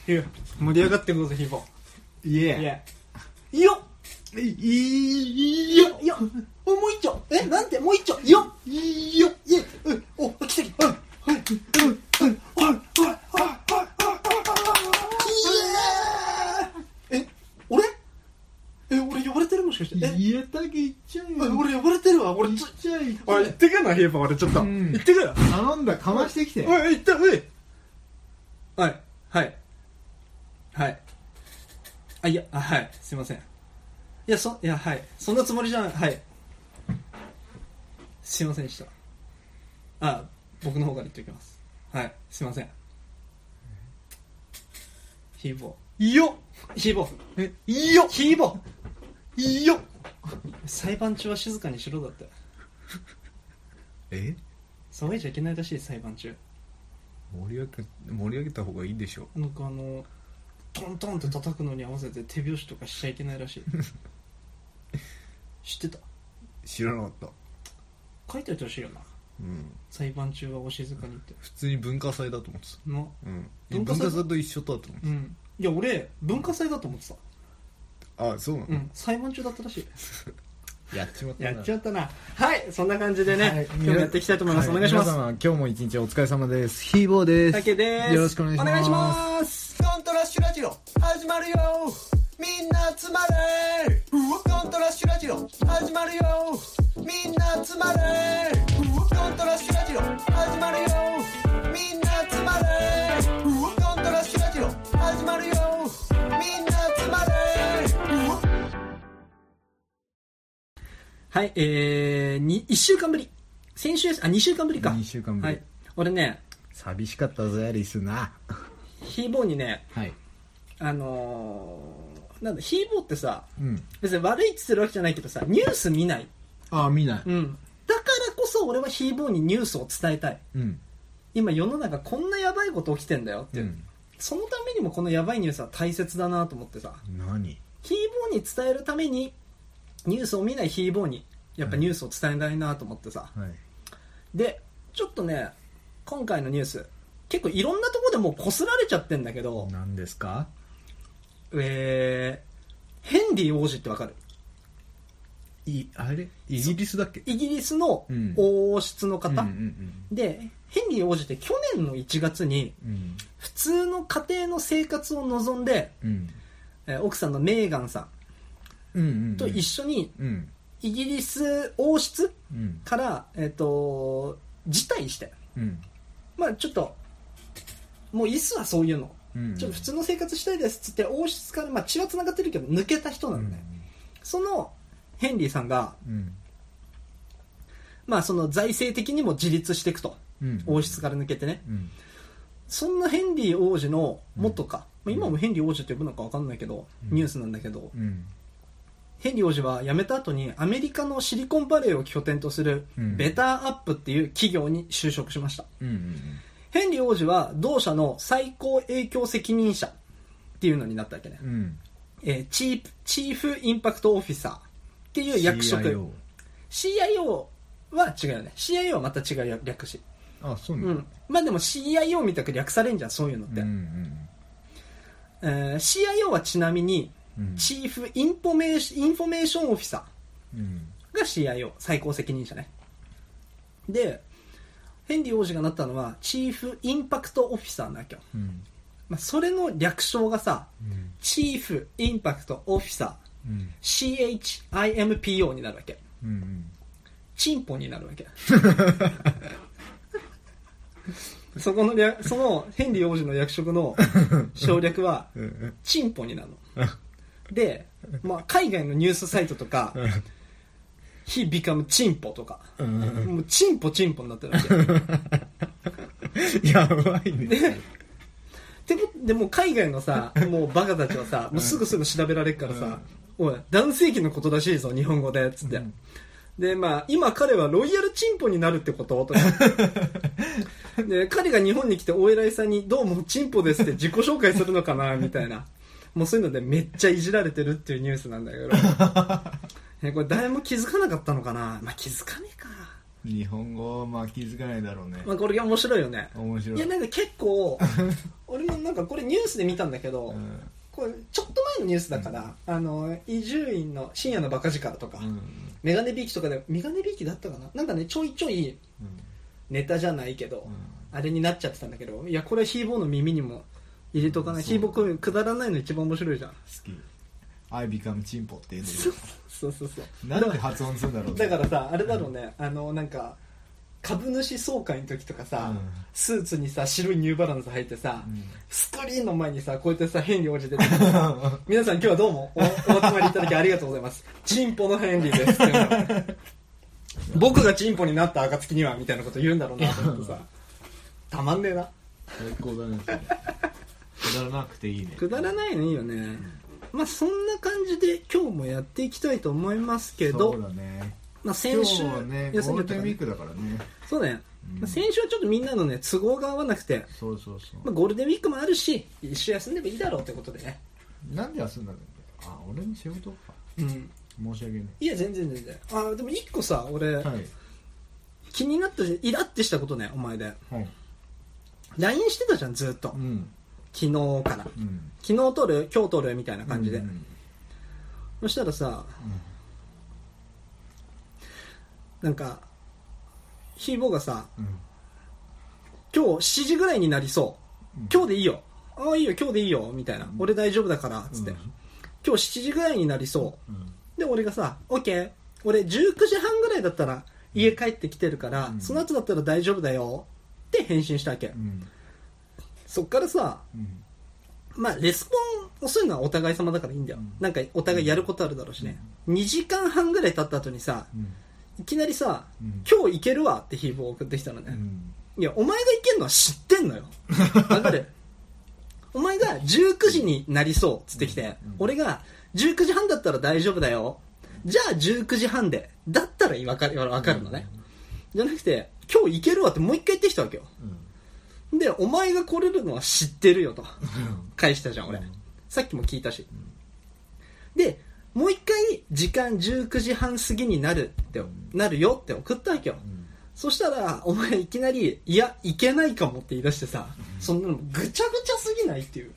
盛り上がってくるぞヒーボー。いえいよいよいよもう一丁なんてもう一丁よいよいお来た俺呼ばれてるもしかして言えたけ言っちゃうよ。 俺呼ばれてるわ俺言っちゃうおい行ってくるなヒーボー俺ちょっと行ってくる頼んだかましてきて。 おい行ったはいいやはいすいませんいやはいそんなつもりじゃんはいすいませんでした僕の方から言っておきますはいすいませんヒーボーいいよヒーボーいいよヒーボーいいよ裁判中は静かにしろだって騒いじゃいけないらしい裁判中盛り上げた方がいいでしょ。 なんかトントンって叩くのに合わせて手拍子とかしちゃいけないらしい知ってた？ 知らなかった。 書いておいてほしいよな、裁判中はお静かにって。 普通に文化祭だと思ってたの、 文化祭と一緒だと思ってた、 いや俺文化祭だと思ってた。 そうなの、 裁判中だったらしいやっちまったな。 やっちゃったな。はいそんな感じでね、今日もやっていきたいと思います、お願いします。 皆様今日も一日お疲れ様です。ヒーボーです。 たけです。 よろしくお願いします。 お願いします。 コントラッシュラジオ始まるよ、みんな集まれ。コントラッシュラジオ始まるよ、みんな集まれ。コントラッシュラジオ始まるよ、みんな集まれ。コントラッシュラジオ始まるよ、みんな集まれ。 はい1週間ぶり先週2週間ぶりか。 2週間ぶり、 はい、俺ね寂しかったぜリスナー。 ヒーボーにねはいなんだヒーボーってさ、別に悪いって言ってるわけじゃないけどさニュース見ない。 見ない。 だからこそ俺はヒーボーにニュースを伝えたい。今世の中こんなやばいこと起きてんだよっていう、そのためにもこのやばいニュースは大切だなと思ってさ、 何ヒーボーに伝えるためにニュースを見ないヒーボーにやっぱニュースを伝えたいなと思ってさ、でちょっとね今回のニュース結構いろんなとこでもうこすられちゃってんだけど、 何ですか？ ヘンリー王子ってわかる？ あれイギリスだっけ？ イギリスの王室の方、でヘンリー王子って去年の1月に普通の家庭の生活を望んで、奥さんのメーガンさんと一緒にイギリス王室から、辞退して、まあちょっともういいっすわそういうの、ちょっと普通の生活したいですっつって王室から、まあ、血はつながってるけど抜けた人なのね、そのヘンリーさんが、まあその財政的にも自立していくと、王室から抜けてね、そんなヘンリー王子の元か、今もヘンリー王子って呼ぶのか分かんないけど、ニュースなんだけど、ヘンリー王子は辞めた後にアメリカのシリコンバレーを拠点とするベターアップっていう企業に就職しました。ヘンリー王子は同社の最高営業責任者っていうのになったわけね、チーフインパクトオフィサーっていう役職。 CIO は違うよね。 CIO はまた違う略し。 そうなんだ。 まあでも CIO みたく略されんじゃんそういうのって、CIO はちなみにチーフインフォメーションオフィサーが CIO 最高責任者ね。でヘンリー王子がなったのはチーフインパクトオフィサーなわけよ、それの略称がさ、チーフインパクトオフィサー、CHIMPO になるわけ、チンポになるわけそのヘンリー王子の役職の省略はチンポになるので、まあ、海外のニュースサイトとかHe become チンポとか、もうチンポになってるわけやばいね。 でもう海外のさもうバカたちはさもうすぐ調べられるからさ、おい男性器のことらしいぞ日本語でっつって、でまあ今彼はロイヤルチンポになるってこととかで彼が日本に来てお偉いさんにどうもチンポですって自己紹介するのかなみたいな、もうそういうのでめっちゃいじられてるっていうニュースなんだけどこれ誰も気づかなかったのかな。まあ気づかねえか。 日本語は気づかないだろうね。 まあこれ面白いよね。 面白い。 いやなんか結構俺もなんかこれニュースで見たんだけど、これちょっと前のニュースだから、伊集院の深夜のバカ力とか、メガネビーキとかで、メガネビーキだったかな、なんかねちょいちょいネタじゃないけど、あれになっちゃってたんだけど、いやこれヒーボーの耳にも入れとかない。ヒーボーくだらないの一番面白いじゃん。好き。I become チンポって言うんだよ。 そうなんで発音するんだろう。 だからさあれだろうね、なんか株主総会の時とかさ、スーツにさ白いニューバランス履いてさ、スクリーンの前にさこうやってさヘンリー王子出てさ皆さん今日はどうも お集まりいただきありがとうございます。チンポのヘンリーですって僕がチンポになった暁にはみたいなこと言うんだろうなと思ってさたまんねえな。 最高だね。くだらなくていいね。 くだらないのいいよね。まあそんな感じで今日もやっていきたいと思いますけど、 そうだね。 まあ、先週今日はねゴールデンウィークだからね。 そうだよ、先週はちょっとみんなのね都合が合わなくて、 そうまあ、ゴールデンウィークもあるし一週休んでもいいだろうってことでね。 なんで休んだんだっけ。あ、俺に仕事か。申し訳ない。 いや全然でも一個さ俺、気になったイラってしたことねお前で、LINE してたじゃんずっと、昨日から、昨日撮る今日撮るみたいな感じで、そしたらさ、なんかヒーボーがさ、今日7時ぐらいになりそう、今日でいいよ、いいよ今日でいいよみたいな、俺大丈夫だからつって、今日7時ぐらいになりそう、で俺がさ OK 俺19時半ぐらいだったら家帰ってきてるから、その後だったら大丈夫だよって返信したわけ、そっからさ、まあレスポン遅いのはお互い様だからいいんだよ、なんかお互いやることあるだろうしね、2時間半ぐらい経った後にさ、いきなりさ、今日行けるわってヒーボー送ってきたのね、いやお前が行けるのは知ってんのよわかるお前が19時になりそうっつってきて、俺が19時半だったら大丈夫だよ、じゃあ19時半でだったら分かるのね、じゃなくて今日行けるわってもう一回言ってきたわけよ、でお前が来れるのは知ってるよと返したじゃん俺、さっきも聞いたし、でもう一回時間19時半過ぎになるよって送ったわけよ、そしたらお前いきなりいや行けないかもって言い出してさ、そんなのぐちゃぐちゃすぎないっていう、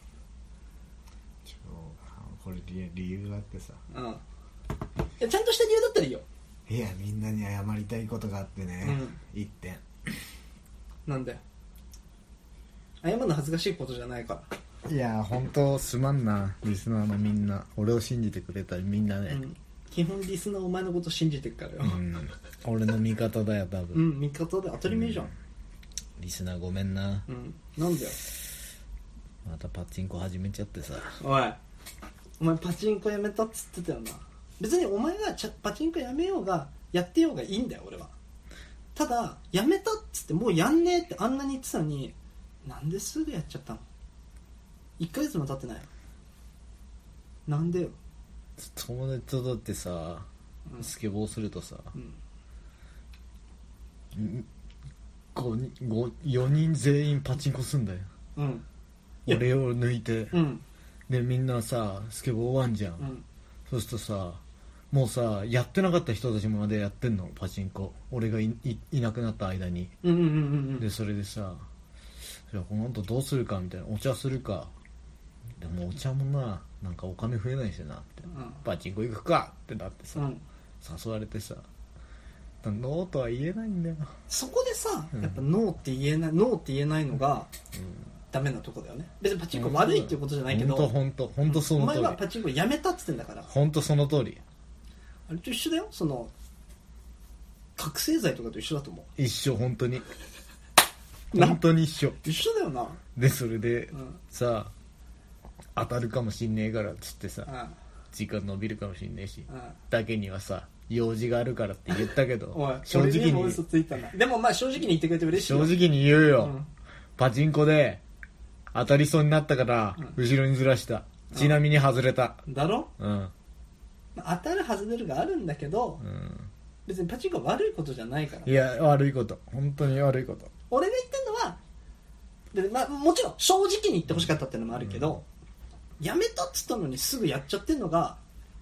これ理由があってさ、 いやちゃんとした理由だったらいいよ。 いやみんなに謝りたいことがあってね、一点。 なんだよ、謝るの恥ずかしいことじゃないから。 いや本当すまんな、リスナーのみんな、俺を信じてくれたみんなね、 基本リスナーお前のこと信じてるからよ、 俺の味方だよ多分。 味方で当たり前じゃん、 リスナーごめんな、 なんだよまたパチンコ始めちゃってさ。 お前パチンコやめたっつってたよな。別にお前がパチンコやめようがやってようがいいんだよ俺は。ただやめたっつってもうやんねえってあんなに言ってたのに、なんですぐやっちゃったの。1ヶ月も経ってない。なんでよ。 友達とだってさ、スケボーするとさ、4人全員パチンコすんだよ、俺を抜いて、でみんなさスケボー終わんじゃん、そうするとさもうさやってなかった人たちまでやってんのパチンコ、俺が いなくなった間に、でそれでさ、じゃあこの後どうするかみたいな、お茶するか、でもお茶もなんかお金増えないしなって、パチンコ行くかってなってさ、誘われてさ、ノーとは言えないんだよ。 そこでさ、やっぱノーって言えないのが、ダメなとこだよね。別にパチンコ悪いっていうことじゃないけど、 本当その通り。 お前はパチンコやめたっつってんだから。 本当その通り。 あれと一緒だよ。その覚醒剤とかと一緒だと思う。 一緒、本当に本当に一緒だよな。 でそれで、さ当たるかもしんねえからっつってさ、時間伸びるかもしんねえし、だけにはさ用事があるからって言ったけど正直に嘘ついたな。でもまあ正直に言ってくれて嬉しいよ。 正直に言うよ、パチンコで当たりそうになったから、後ろにずらした、ちなみに外れただろ。当たる外れるがあるんだけど、別にパチンコは悪いことじゃないから。 いや悪いこと、本当に悪いこと。 俺が言ってんのはで、もちろん正直に言ってほしかったっていうのもあるけど、やめたっつったのにすぐやっちゃってんのが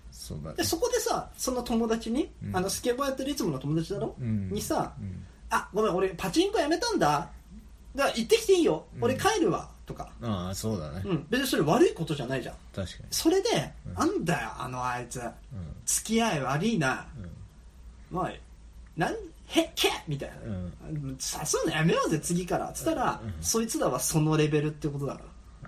そうだね、 でそこでさその友達に、スケボーやってるいつもの友達だろ、にさ、あごめん俺パチンコやめたんだだから行ってきていいよ、俺帰るわとか、 ああそうだね、 別にそれ悪いことじゃないじゃん。 確かに。 それで、なんだよあいつ、付き合い悪いな、まあへっけみたいな、誘うのやめようぜ次からっつったら、そいつらはそのレベルってことだから、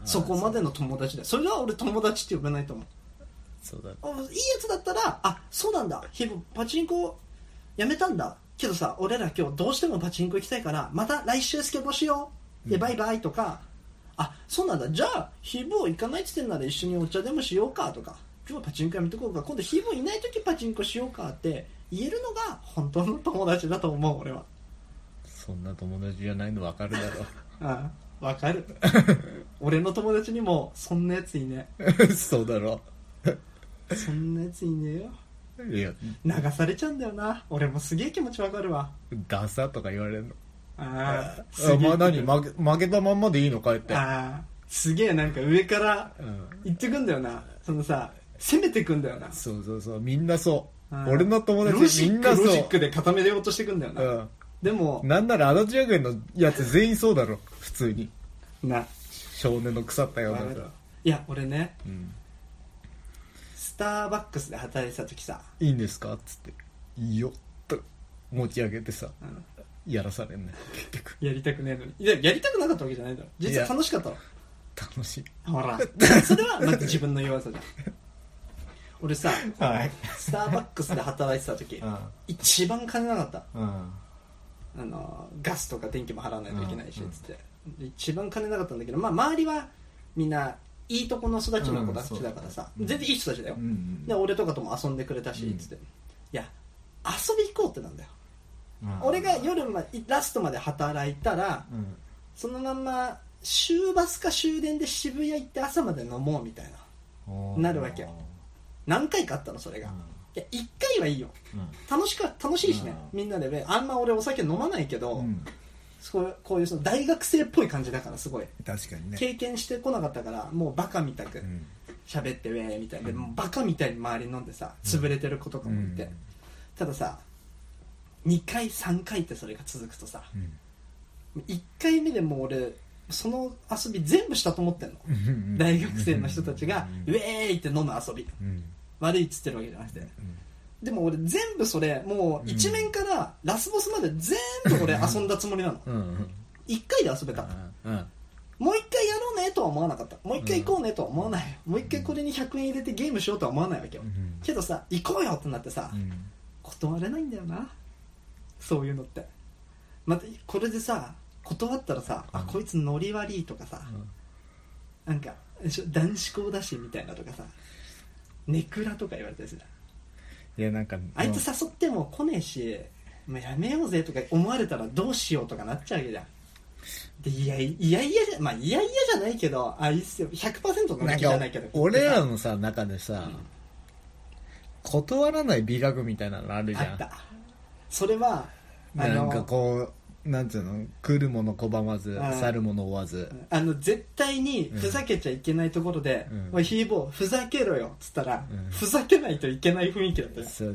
そこまでの友達だよ。それは俺友達って呼べないと思う。 そうだ、 いいやつだったら、あそうなんだヒボパチンコやめたんだけどさ俺ら今日どうしてもパチンコ行きたいからまた来週スケボーしようでバイバイとか、あそうなんだじゃあヒボ行かないって言ってんなら一緒にお茶でもしようかとか、今日はパチンコやめとこうか、今度ヒボいない時パチンコしようかって言えるのが本当の友達だと思う俺は。 そんな友達じゃないの分かるだろああ分かる俺の友達にもそんなやついねそうだろそんなやついねえよ。 いや流されちゃうんだよな。俺もすげえ気持ちわかるわ。 ダサとか言われるの。 ああまあ何負けたまんまでいいのかって。 あすげえなんか上から言ってくんだよな、そのさ攻めてくんだよな。 そうそうそうみんなそう、俺の友達みんなそうロジックで固めようとしてくんだよな、でもなんなら足立学園のやつ全員そうだろ普通にな少年の腐ったようなさ。 いや俺ね、スターバックスで働いてた時さいいんですかっつっていいよと持ち上げてさ、やらされんね結局。 やりたくねえのに。いややりたくなかったわけじゃないだろ、実は楽しかったの。 楽しいほらそれはまず自分の弱さじゃん俺さ、スターバックスで働いてた時、一番金なかった、ガスとか電気も払わないといけないしつって、一番金なかったんだけど、まあ周りはみんないいとこの育ちの子たちだからさ、全然いい人たちだよ、で俺とかとも遊んでくれたしつって、いや遊び行こうってなんだよ、俺が夜ラストまで働いたら、そのまんま週バスか終電で渋谷行って朝まで飲もうみたいななるわけよ。何回かあったのそれが、いや1回はいいよ、楽しいしね、みんなであんま俺お酒飲まないけど、こういうその大学生っぽい感じだからすごい確かにね経験してこなかったから、もうバカみたく喋ってウェーみたいで、もうバカみたいに周り飲んでさ潰れてる子とかもいて、たださ2回3回ってそれが続くとさ、1回目でもう俺その遊び全部したと思ってんの大学生の人たちがウェーイって飲む遊び、悪いっつってるわけじゃなくて、でも俺全部それもう一面からラスボスまで全部俺遊んだつもりなの1回で遊べた、もう1回やろうねとは思わなかった、もう1回行こうねとは思わないよ、もう1回これに100円入れてゲームしようとは思わないわけよ、けどさ行こうよってなってさ、断れないんだよなそういうのって。またこれでさ断ったらさ、あこいつノリ悪いとかさ、なんか男子校だしみたいなとかさ、ネクラとか言われたりする。 いやなんかあいつ誘っても来ねえし、もうやめようぜとか思われたらどうしようとかなっちゃうわけじゃん。でいやじゃまあいやいやじゃないけど、あいつ 100% の気じゃないけど、 俺らのさ中でさ、断らない美学みたいなのあるじゃん。 あった。それはなんかこうなんていうの、来るもの拒まず去るもの追わず、 絶対にふざけちゃいけないところで、おいヒーボーふざけろよっつったら、ふざけないといけない雰囲気だったよ。 そう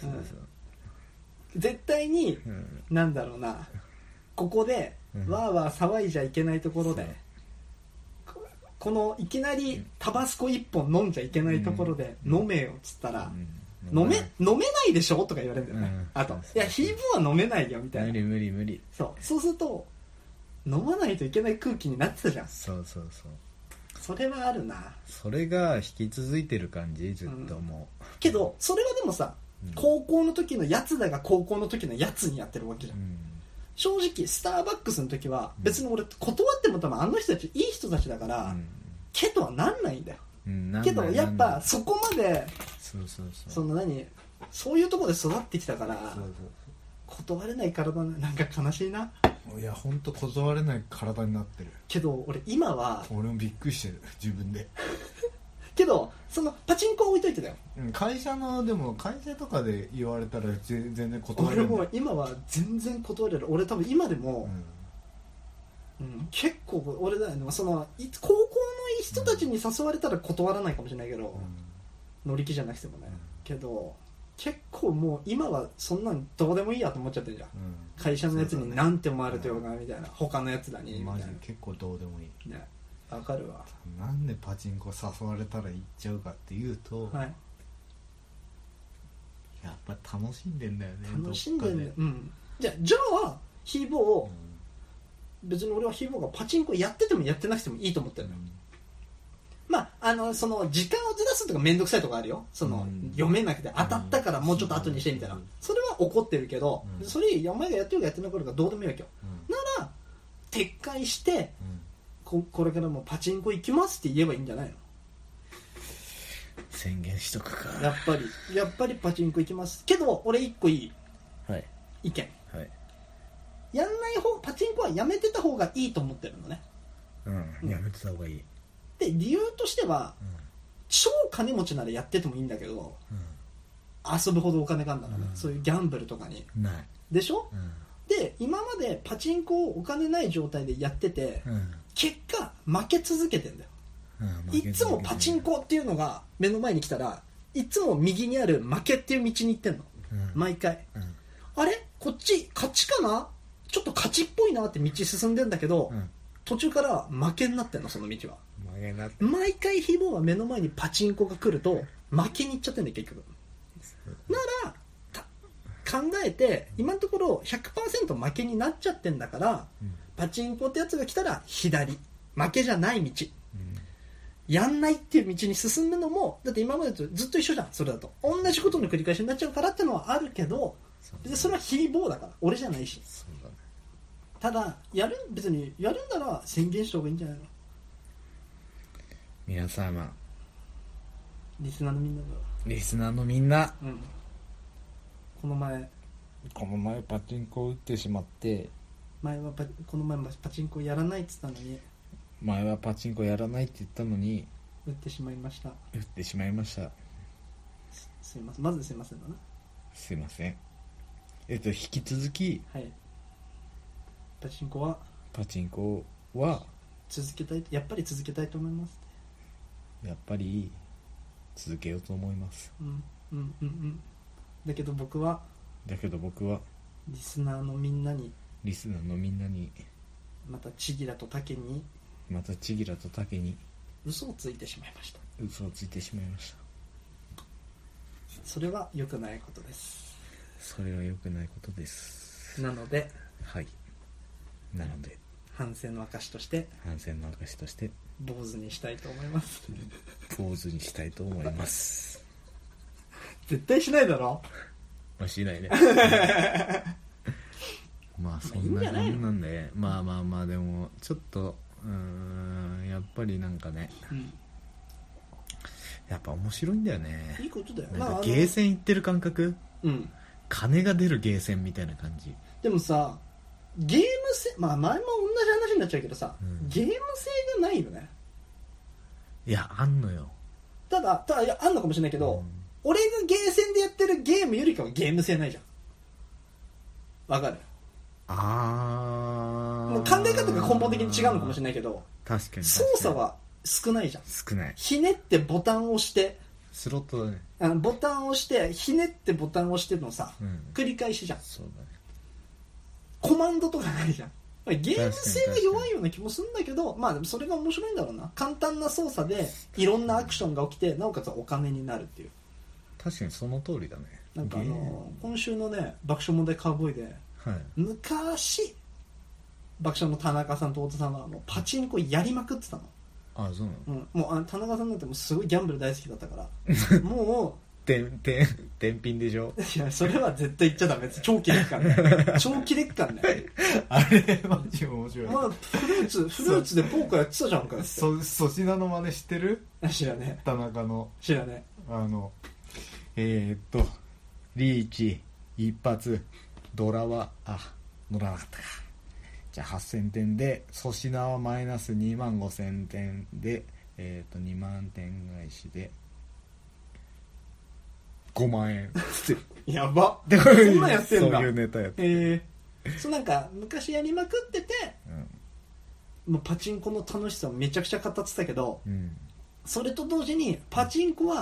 絶対に、なんだろうな、ここでわーわー騒いじゃいけないところで、このいきなりタバスコ1本飲んじゃいけないところで、飲めよっつったら、飲めないでしょとか言われるんだよね、あといやヒーボーは飲めないよみたいな。 無理そうすると飲まないといけない空気になってたじゃん。 そうそれはあるな。 それが引き続いてる感じずっともう、 けどそれはでもさ、高校の時のやつだが高校の時のやつにやってるわけじゃん、正直スターバックスの時は別に俺断っても多分あの人たちいい人たちだから、けどはなんないんだよ、けどやっぱそこまでそのそういうところで育ってきたから、断れない体なんか悲しいな。 いや本当断れない体になってるけど俺今は俺もびっくりしてる自分でけどそのパチンコ置いといてだよ、 会社とかで言われたら全然断れる。 俺も今は全然断れる。俺多分今でも、結構俺だよね、その高校の人たちに誘われたら断らないかもしれないけど、 乗り気じゃなくてもね、けど結構もう今はそんなんどうでもいいやと思っちゃってるじゃん、会社のやつになんて思われてようなみたいな、他のやつらにみたいな。 マジ結構どうでもいいね、わかるわ。 なんでパチンコ誘われたら行っちゃうかっていうと、 はい、 やっぱ楽しんでんだよね。 楽しんでんだよ、じゃあヒーボーを、別に俺はヒーボーがパチンコやっててもやってなくてもいいと思ってるのよ、まあ、その時間をずらすとかめんどくさいとこあるよ、その、読めなくて当たったからもうちょっと後にしてみたいな、それは怒ってるけど、それお前がやってるかやってなかったかどうでもいいわけよ、なら撤回して、これからもパチンコ行きますって言えばいいんじゃないの。 宣言しとくか。 やっぱりパチンコ行きますけど、俺一個いい、 はい、 意見、 はい、 やんない方、パチンコはやめてた方がいいと思ってるのね。 やめてた方がいい。 で理由としては、超金持ちならやっててもいいんだけど、遊ぶほどお金があるんだからね、そういうギャンブルとかにないでしょ、で今までパチンコをお金ない状態でやってて、結果負け続けてんだよ、いつもパチンコっていうのが目の前に来たらいつも右にある負けっていう道に行ってんの、毎回、あれこっち勝ちかな、ちょっと勝ちっぽいなって道進んでんだけど、途中から負けになってんの、その道は。毎回ヒーボーは目の前にパチンコが来ると負けに行っちゃってんだよ結局。なら考えて、今のところ 100% 負けになっちゃってんだから、パチンコってやつが来たら左、負けじゃない道、やんないっていう道に進むのも、だって今までとずっと一緒じゃん。それだと同じことの繰り返しになっちゃうからってのはあるけど、それはヒーボーだから俺じゃないし。ただ別にやるんなら宣言した方がいいんじゃないの。 皆様、 リスナーのみんなだ。 リスナーのみんな、 この前パチンコを打ってしまって、 この前パチンコやらないって言ったのに、 前はパチンコやらないって言ったのに打ってしまいました。すいません、まずすいませんだな。 すいません。引き続き、 はい、パチンコは続けたい、やっぱり続けたいと思います。 やっぱり続けようと思います。 だけど僕はリスナーのみんなにまたチギラとタケに嘘をついてしまいました。それは良くないことです。なので反省の証として坊主にしたいと思います絶対しないだろ。 しないねまあそんなもんなんで、まあでもちょっとやっぱりなんかね、やっぱ面白いんだよね。 いいことだよ。 なんかゲーセン行ってる感覚、金が出るゲーセンみたいな感じ。 でもさ、ゲーム性、前も同じ話になっちゃうけどさ、ゲーム性がないよね。 いや、あんのよ。 ただいや、あんのかもしれないけど、俺がゲーセンでやってるゲームよりかはゲーム性ないじゃん。わかる？もう考え方が根本的に違うのかもしれないけど、 確かに操作は少ないじゃん。 少ない。 ひねってボタンを押してスロットだね。 ボタンを押してひねってボタンを押してのさ、繰り返しじゃん。 そうだね。 コマンドとかないじゃん。ゲーム性が弱いような気もするんだけど、でもそれが面白いんだろうな。簡単な操作でいろんなアクションが起きて、なおかつお金になるっていう。 確かにその通りだね。 なんか今週のね、爆笑問題カウボーイで、昔爆笑の田中さんと太田さんはもうパチンコやりまくってたの。 あ、そうなの？もう田中さんなんてもうすごいギャンブル大好きだったからもう天品でしょ。 いや、それは絶対言っちゃダメです。長期劣化ね。長期劣化ね。 あれマジ面白い。 フルーツでポーカーやってたじゃんか。 粗品の真似知ってる？ 知らねえ。 田中の知らねえ。リーチ一発、ドラは乗らなかったか。じゃあ8000点で、粗品はマイナス25000点で、2万点返しで5万円やばっ。そんなやってんだ。 そういうネタやって。 そうなんか昔やりまくってて、もうパチンコの楽しさをめちゃくちゃ語ってたけど、それと同時にパチンコは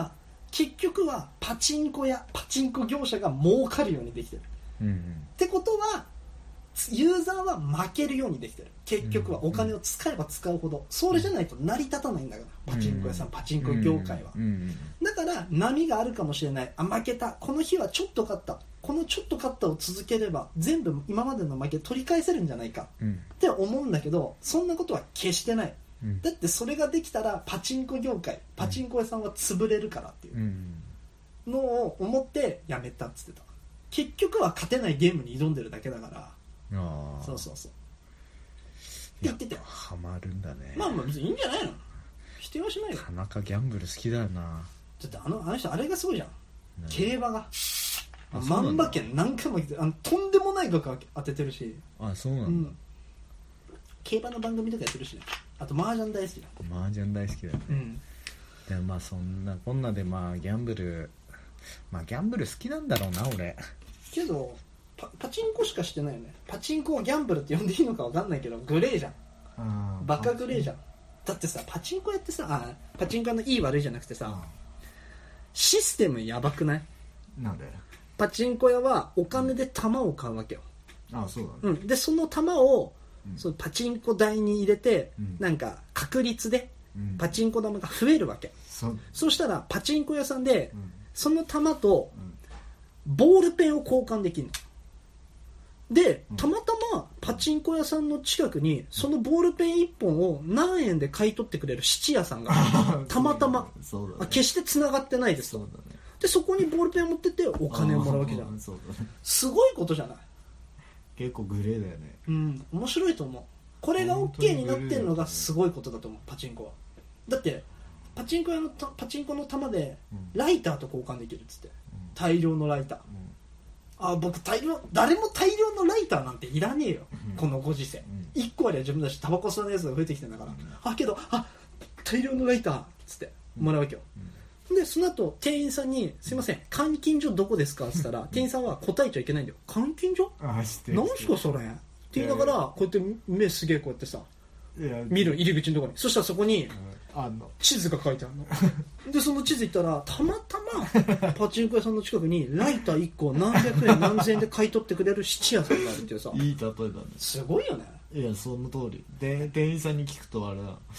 結局はパチンコやパチンコ業者が儲かるようにできてる、ってことはユーザーは負けるようにできてる。結局はお金を使えば使うほど、それじゃないと成り立たないんだから、パチンコ屋さん、パチンコ業界は。だから波があるかもしれない。負けた、この日はちょっと勝った、このちょっと勝ったを続ければ全部今までの負け取り返せるんじゃないかって思うんだけど、そんなことは決してない。だってそれができたらパチンコ業界、パチンコ屋さんは潰れるからっていうのを思ってやめたっつってた。結局は勝てないゲームに挑んでるだけだから。そうそうそうって言ってたよ。 ハマるんだね。 まあ別にいいんじゃないの、否定はしないよ。 田中ギャンブル好きだよな。 だってあの人あれがすごいじゃん、競馬が万馬券何回も来て、とんでもない額当ててるし。 そうなんだ、 競馬の番組とかやってるしね。あと麻雀大好きだ。 麻雀大好きだよね、でもまあそんなこんなでギャンブル好きなんだろうな俺。 けどパチンコしかしてないよね。パチンコをギャンブルって呼んでいいのか分かんないけど、グレーじゃん。バカグレーじゃん。だってさ、パチンコやってさ、パチンコのいい悪いじゃなくてさ、システムやばくない？ なんで？ パチンコ屋はお金で玉を買うわけよ。 そうだね。 でその玉を、そのパチンコ台に入れて、なんか確率でパチンコ玉が増えるわけ。そうしたらパチンコ屋さんで、その玉とボールペンを交換できるの。でたまたまパチンコ屋さんの近くにそのボールペン1本を何円で買い取ってくれる質屋さんがたまたま、決してつながってないですと。でそこにボールペンを持ってってお金をもらうわけじゃん。すごいことじゃない？ 結構グレーだよね。 面白いと思う。これが OK になってるのがすごいことだと思う。パチンコはだってパチンコの玉でライターと交換できるっつって、大量のライター、僕誰も大量のライターなんていらねえよ、このご時世。1個ありゃ自分だし、タバコ吸わないやつが増えてきてんだから、けど大量のライターっつってもらうわけよ。でその後店員さんにすいません監禁所どこですかって言ったら、店員さんは答えちゃいけないんだよ。監禁所？何すかそれって言いながら、こうやって目すげえこうやってさ見る、入り口のところに。そしたらそこに地図が書いてあるのでその地図行ったら、たまたまパチンコ屋さんの近くにライター1個何百円何千円で買い取ってくれる質屋さんがあるっていうさ。 いい例えだね。 すごいよね。 いやその通りで、店員さんに聞くと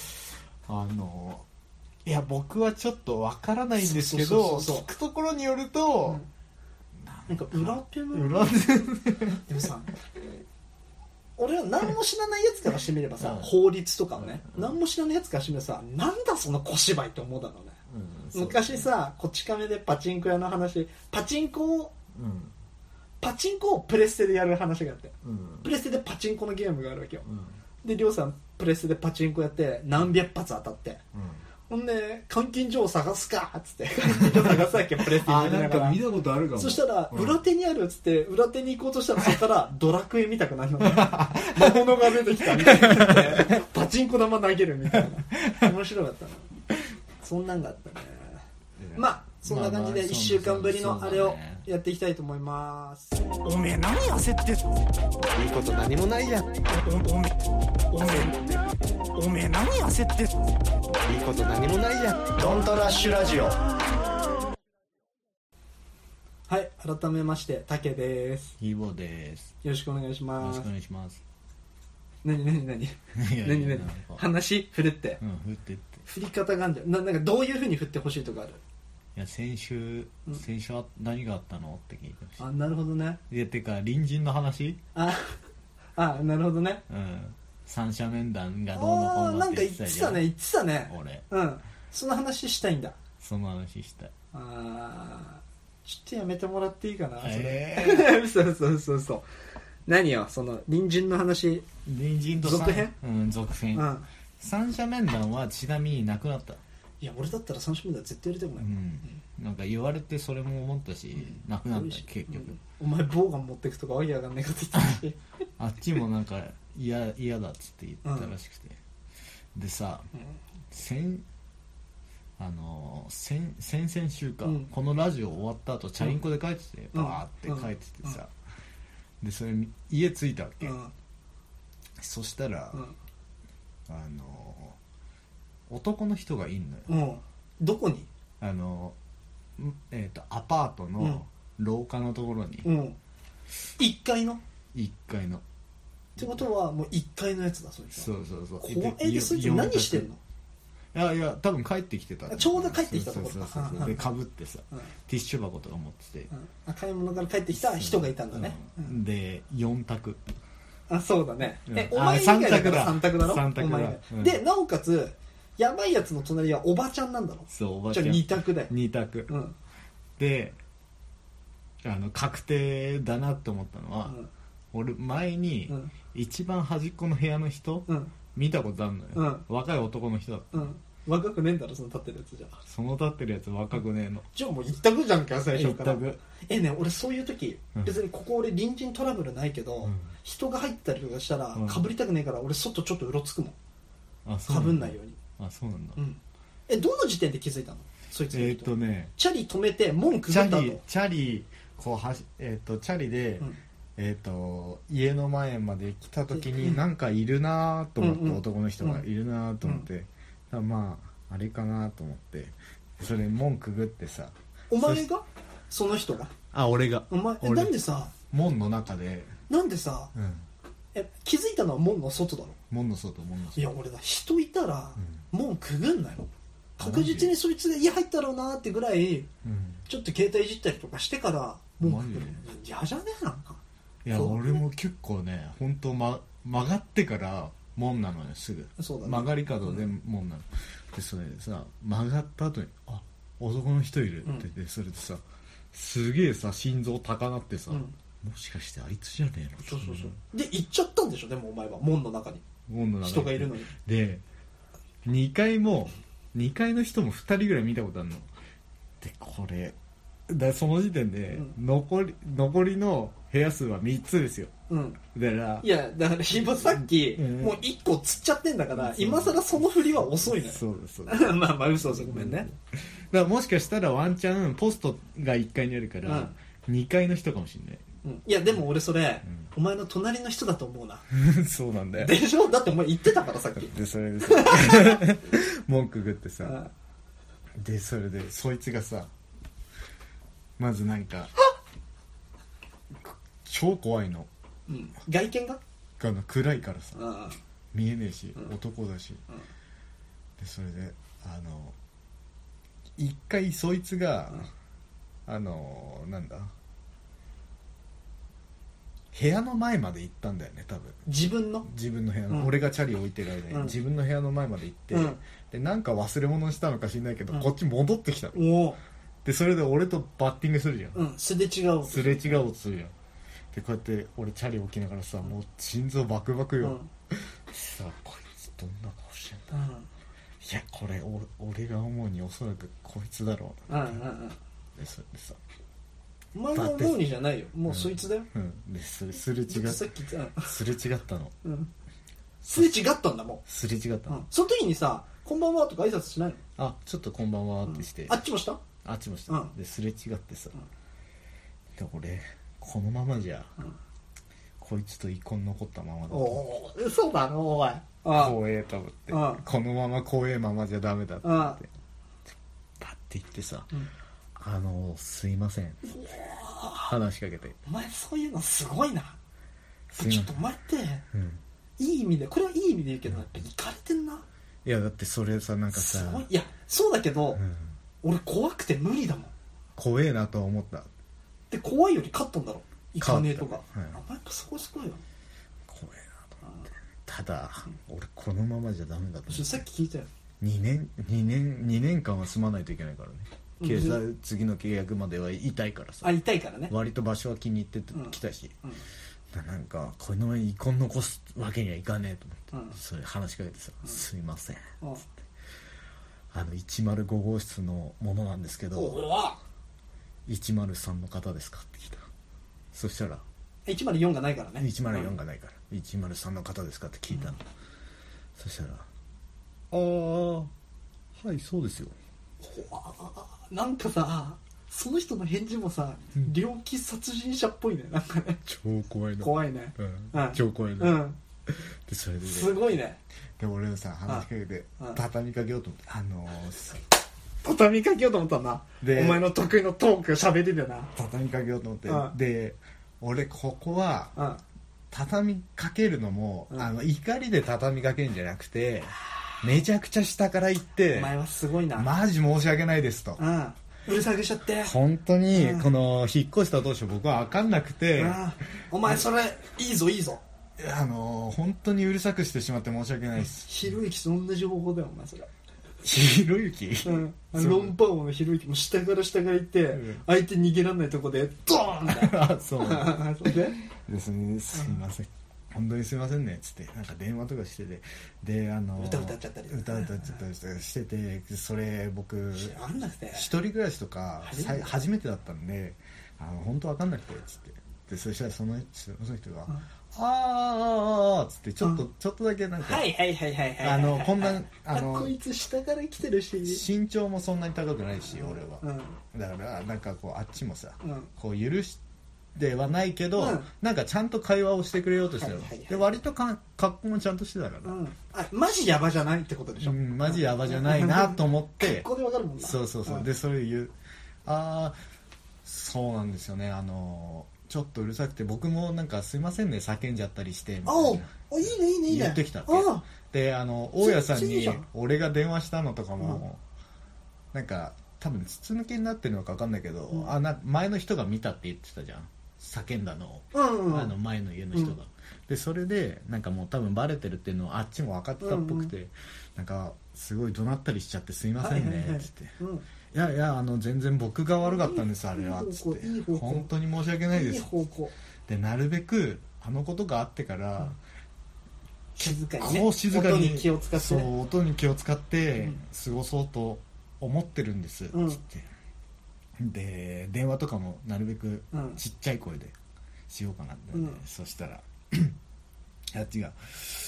いや僕はちょっとわからないんですけど、聞くところによると、 なんか裏手のでもさ、俺は何も知らないやつからしてみればさ、法律とかをね、何も知らないやつからしてみればさ、なんだその小芝居って思うだろうね。昔さ、こち亀でパチンコ屋の話、パチンコをプレステでやる話があって、プレステでパチンコのゲームがあるわけよ。でりょうさんプレステでパチンコやって何百発当たって、ほんで監禁所を探すかっつって探すわけ、プレステになんか見たことあるかも。 そしたら裏手にあるっつって裏手に行こうとしたら、そこからドラクエ見たくなるの。魔物が出てきたみたいなパチンコ玉投げるみたいな。面白かったな。そんなんがあったね。そんな感じで1週間ぶりのあれをやっていきたいと思います。 おめえ何焦っていいこと何もないじゃん。 おめえ何焦っていいこと何もないじゃん。 ドントラッシュラジオ。 はい、改めましてタケです。 イボです。 よろしくお願いします。 よろしくお願いします。 何話振るって、 振ってって振り方があるんじゃん。なんかどういう風に振ってほしいとかある？ いや先週は何があったのって聞いてほしい。 なるほどね。 いやてか隣人の話？ なるほどね。 三者面談がどうのこうのって言ってたじゃん。 言ってたね俺。 その話したいんだ。 その話したい。 ちょっとやめてもらっていいかな、それ。そう何よその隣人の話。 隣人と続編？ 続編。三者面談はちなみになくなった。 いや俺だったら三者面談絶対やりたくない。 なんか言われてそれも思ったし、なくなった結局。お前ボウガン持ってくとかわけわかんないこと言ってるしあっちもなんか嫌だっつって言ったらしくて、でさ、先々週か、このラジオ終わった後チャリンコで帰ってて、バーって帰っててさ、でそれ家着いたわけ、そしたら、男の人がいんのよ。 どこに？ アパートの廊下のところに、 1階の 1階のってことはもう1階のやつだそいつは。 そうそうそう。 怖でそいつ何してんの？ いや多分帰ってきてた。 ちょうど帰ってきたところか。 そうでかぶってさ、ティッシュ箱とか持ってて、 買い物から帰ってきた人がいたんだね。 で4択。 あ、そうだね。お前以外だから3択だろ。 3択だ。 でなおかつやばいやつの隣はおばちゃんなんだろ。 そうおばちゃん。 じゃあ2択だよ。 2択。で確定だなって思ったのは、俺前に一番端っこの部屋の人見たことあるのよ。若い男の人だった。 若くねえんだろその立ってるやつじゃ。 その立ってるやつ若くねえの。 じゃあもう一択じゃんか最初から。 一択。 ね俺そういう時、別にここ俺隣人トラブルないけど、人が入ったりとかしたらかぶりたくねえから俺外ちょっとうろつくもん。かぶんないように。 あ、そうなんだ。 どの時点で気づいたのそいつの人。チャリ止めて門くぐった後。 チャリこうチャリで、家の前まで来た時になんかいるなと思って、男の人がいるなと思って、まああれかなと思ってそれ門くぐってさ。 お前がその人が？ あ、俺が。 お前なんでさ門の中でなんでさ、気づいたのは門の外だろ。 門の外。 いや俺だ人いたら、門くぐんなよ。確実にそいつが家入ったろうなってぐらい、ちょっと携帯いじったりとかしてから門くぐる。嫌じゃねえなんか。 いや俺も結構ね本当曲がってから門なのよすぐ。そうだね、曲がり角で門なの。でそれでさ曲がった後にあ男の人いるって言って、それでさすげえさ心臓高鳴ってさ、もしかしてあいつじゃねえの。 そうで行っちゃったんでしょ。でもお前は門の中に人がいるのに。で 2階の人も2人ぐらい見たことあるので、これその時点で残りの部屋数は3つですよ。だからさっきもう1個釣っちゃってんだから、今更その振りは遅いのよ。 そうですまあ嘘ごめんね。 だからもしかしたらワンチャンポストが1階にあるから、2階の人かもしれない。 いやでも俺それ、お前の隣の人だと思うな。 そうなんだよ。 でしょ。だってお前言ってたからさっき。 でそれでさ文句言ってさ、でそれでそいつがさまずなんか超怖いの。 外見が暗いからさ見えねえし、男だし。でそれで一回そいつがなんだ部屋の前まで行ったんだよね多分。自分の部屋の、俺がチャリ置いてる間に、自分の部屋の前まで行って、でなんか忘れ物したのか知んないけど、こっち戻ってきたの。でそれで俺とバッティングするじゃん。すれ違うとするじゃん。でこうやって俺チャリ置きながらさ、もう心臓バクバクよ。さあこいつどんな顔してんだ。いやこれ俺が思うにおそらくこいつだろうな。でそれでさお前が思うにじゃないよ、もうそいつだよ。 ですれ違ったさっきすれ違ったの。 すれ違ったんだもん。 すれ違ったの。 その時にさこんばんはとか挨拶しないの？ あちょっとこんばんはってして、 あっちもした。 ですれ違ってさ、で俺このままじゃ、こいつと遺恨残ったままだと。 嘘だろお前。 怖えと思って、このまま怖えままじゃダメだって思って、パッて言ってさ、すいません話しかけて。 お前そういうのすごいな。ちょっとお前って、いい意味でこれはいい意味で言うけどやっぱイカれてんな。 いやだってそれさなんかさ、 いやそうだけど、俺怖くて無理だもん。 怖えなとは思った。 で怖いより勝ったんだろイカねえとか。お前やっぱそこすごいよ。 怖えなと思って。ただ、俺このままじゃダメだと。 さっき聞いたよ。 2年間は住まないといけないからね。次の契約まではいたいからさ。 痛いからね。 割と場所は気に入ってきたし、なんかこの遺恨残すわけにはいかねえと思って、それ話しかけてさ、すいませんつって105号室のものなんですけど103の方ですかって聞いた。そしたら 104がないからね。 104がないから103の方ですかって聞いたの。そしたらはいそうですよ。 なんかさその人の返事もさ、猟奇殺人者っぽいね。なんかね超怖いの。 怖いね。 超怖いの。でそれですごいね。 で俺さ話しかけて畳みかけようと思って畳みかけようと思ったんだ。お前の得意のトーク喋りでな。 畳みかけようと思って、で俺ここは畳みかけるのも、怒りで畳みかけるんじゃなくて、めちゃくちゃ下から行って、 お前はすごいな、 マジ申し訳ないですと、 うるさくしちゃって、 本当にこの引っ越した当初僕は分かんなくて、 お前それいいぞいいぞ、 本当にうるさくしてしまって申し訳ないです。 ひろゆきと同じ方法だよお前それ。 ひろゆき、 論破王のひろゆきも下から下から行って、相手逃げられないとこでドーンってあ、そうですね、すいません、本当にすいませんねっつって、なんか電話とかしてて、で歌歌っちゃったりしてて、それ僕一人暮らしとか初めてだったんで、本当わかんなくてっつって、でそしたらその人があーっつってちょっとだけなんか、こんなこいつ下から来てるし、 身長もそんなに高くないし俺は、だからなんかこうあっちもさ、こう許してはないけど、なんかちゃんと会話をしてくれようとしてる、で割と格好もちゃんとしてたから、 マジヤバじゃないってことでしょ、 マジヤバじゃないなと思って格好でわかるもんな。 そうでそれ言う、そうなんですよね、ちょっとうるさくて僕もなんかすいませんね叫んじゃったりしてみたいな、 いいね言ってきたっけで、大家さんに俺が電話したのとかも、なんか多分筒抜けになってるのか分かんないけど、前の人が見たって言ってたじゃん、叫んだのを、前の家の人が、でそれでなんかもう多分バレてるっていうのをあっちも分かってたっぽくて、なんかすごい怒鳴ったりしちゃってすいませんねっつって、いや全然僕が悪かったんですあれはっつって、本当に申し訳ないですで、なるべくことがあってから、 静かにね、音に気を使って、 そう音に気を使って過ごそうと思ってるんですっつって、で電話とかもなるべくちっちゃい声でしようかなって、そしたらあっちが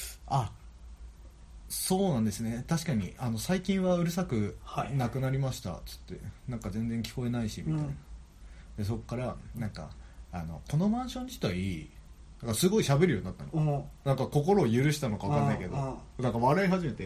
そうなんですね、確かに最近はうるさくなくなりましたっつって、なんか全然聞こえないしみたいな、でそっからなんかこのマンション自体なんかすごい喋るようになったの、なんか心を許したのか分かんないけど、なんか笑い始めて、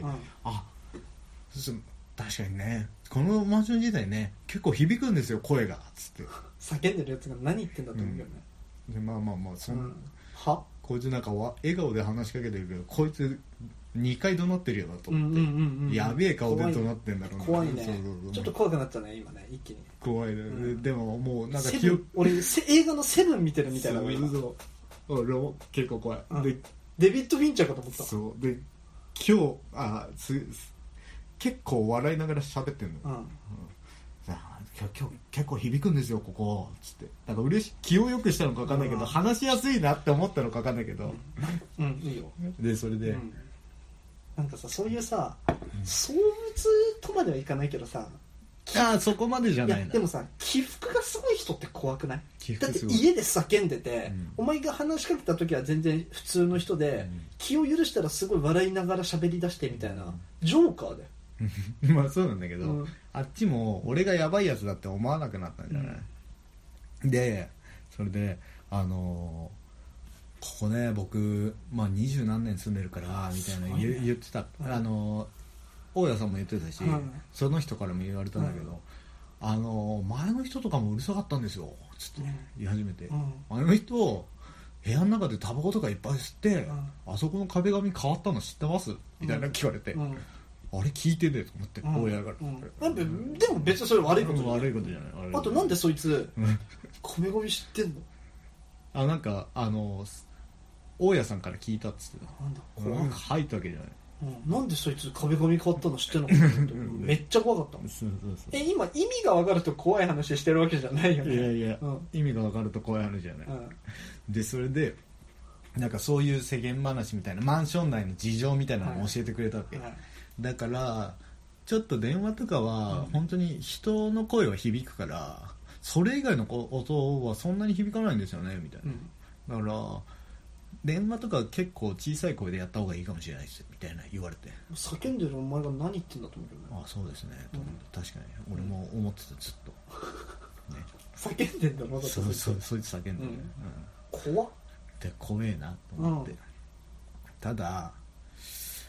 確かにねこのマンション自体ね結構響くんですよ声がっつって叫んでるやつが何言ってんだと思うよね、 でまあこいつなんか笑顔で話しかけてるけど、こいつ2回怒鳴ってるよなと思って、やべえ顔で怒鳴ってんだろうな、 怖いね、ちょっと怖くなったね今ね、一気に怖いね、でももうなんか俺映画のセブン見てるみたいなの今、 俺も結構怖い、でデビッド・フィンチャーかと思った。 そうで今日結構笑いながら喋ってんの、今日結構響くんですよここつって、なんか気をよくしたのか分かんないけど、話しやすいなって思ったのか分かんないけど、 いいよ。 でそれで、 なんかさそういうさ、躁鬱とまではいかないけどさ、 そこまでじゃないな。 でもさ起伏がすごい人って怖くない？だって家で叫んでて、お前が話しかけた時は全然普通の人で、気を許したらすごい笑いながら喋り出してみたいな、ジョーカーだよまあそうなんだけど、あっちも俺がヤバいやつだって思わなくなったんじゃない、でそれでここね僕20何年住んでるからみたいな言ってた、大家さんも言ってたし、その人からも言われたんだけど、前の人とかもうるさかったんですよつって言い始めて、前の人部屋の中でタバコとかいっぱい吸って、あそこの壁紙変わったの知ってますみたいな聞かれて、あれ聞いてねえと思って、親が、 なんででも別にそれ悪いことじゃない、あとなんでそいつ壁紙知ってんの、なんか大家さんから聞いたっつってた、なんか入ったわけじゃない、 なんでそいつ壁紙変わったの知ってんのかなってめっちゃ怖かったもん。今意味が分かると怖い話してるわけじゃないよね。 いや、意味が分かると怖い話じゃない、でそれでなんかそういう世間話みたいなマンション内の事情みたいなのを教えてくれたわけ、だからちょっと電話とかは本当に人の声は響くから、それ以外の音はそんなに響かないんですよねみたいな、だから電話とか結構小さい声でやった方がいいかもしれないですみたいな言われて、 叫んでるお前が何言ってんだと思うけどね。 そうですね、確かに俺も思ってたずっと、ね、 叫んでんだろ、 そいつ叫んでる、 怖っで怖えなと思って、ただそ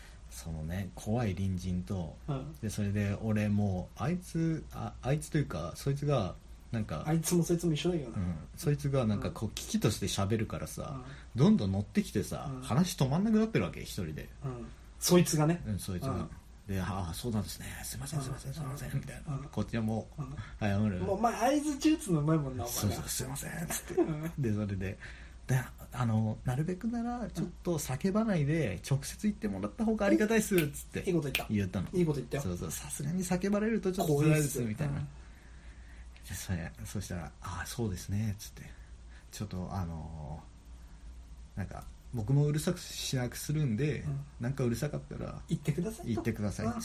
そのね怖い隣人と、でそれで俺もうあいつというかそいつがなんかあいつもそいつも一緒だよな、 そいつがなんかこう危機として喋るからさ、どんどん乗ってきてさ、話止まんなくなってるわけ一人で、 そいつがね、 そいつが、でああそうなんですねすいませんみたいな、こっちはもう謝る、 もうお前合図中打つのうまいもんなお前そうすいませんっつってでそれでなるべくならちょっと叫ばないで直接言ってもらった方がありがたいっすっつっていいこと言ったの。 いいこと言ったよ。 そうさすがに叫ばれるとちょっと辛いですみたいな、そしたらああそうですねっつってちょっとなんか僕もうるさくしなくするんで、なんかうるさかったら言ってくださいっつって、でそれで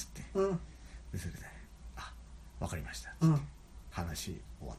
あ分かりましたっつって、話終わった、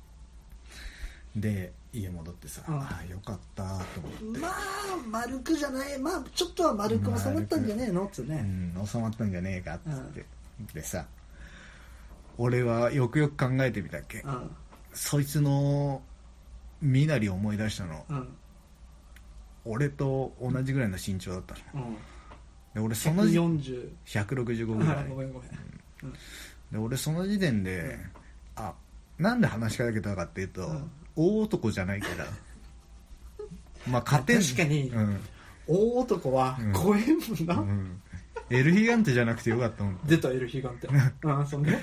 で家戻ってさ、ああよかったと思って、 まあ丸くじゃない、まあちょっとは丸く収まったんじゃねえのっつってね、 収まったんじゃねえかっつって、でさ俺はよくよく考えてみたっけ、そいつの身なりを思い出したの、俺と同じぐらいの身長だったの、で俺その165ぐらい、ごめん、で俺その時点で、なんで話しかけたかっていうと、大男じゃないからまあ勝てん、 確かに、大男は怖えもんな、 エルヒガンテじゃなくてよかったもん。 出たエルヒガンテそんで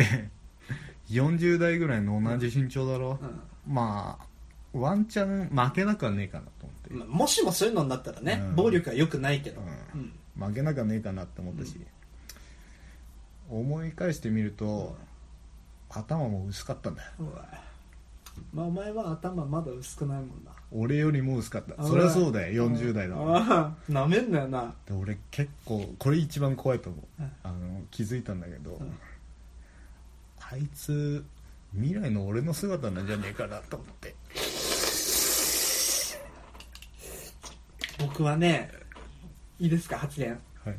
40代ぐらいの同じ身長だろ、まあワンチャン負けなくはねえかなと思って、 もしもそういうのになったらね、暴力は良くないけど、 負けなくはねえかなって思ったし、思い返してみると、頭も薄かったんだよ。 まあお前は頭まだ薄くないもんな。 俺よりも薄かった。そりゃそうだよ、40代だもん。 なめんなよな。 で俺結構これ一番怖いと思う、気づいたんだけど、あいつ未来の俺の姿なんじゃねえかなと思って。 僕はね、いいですか発言。 はい。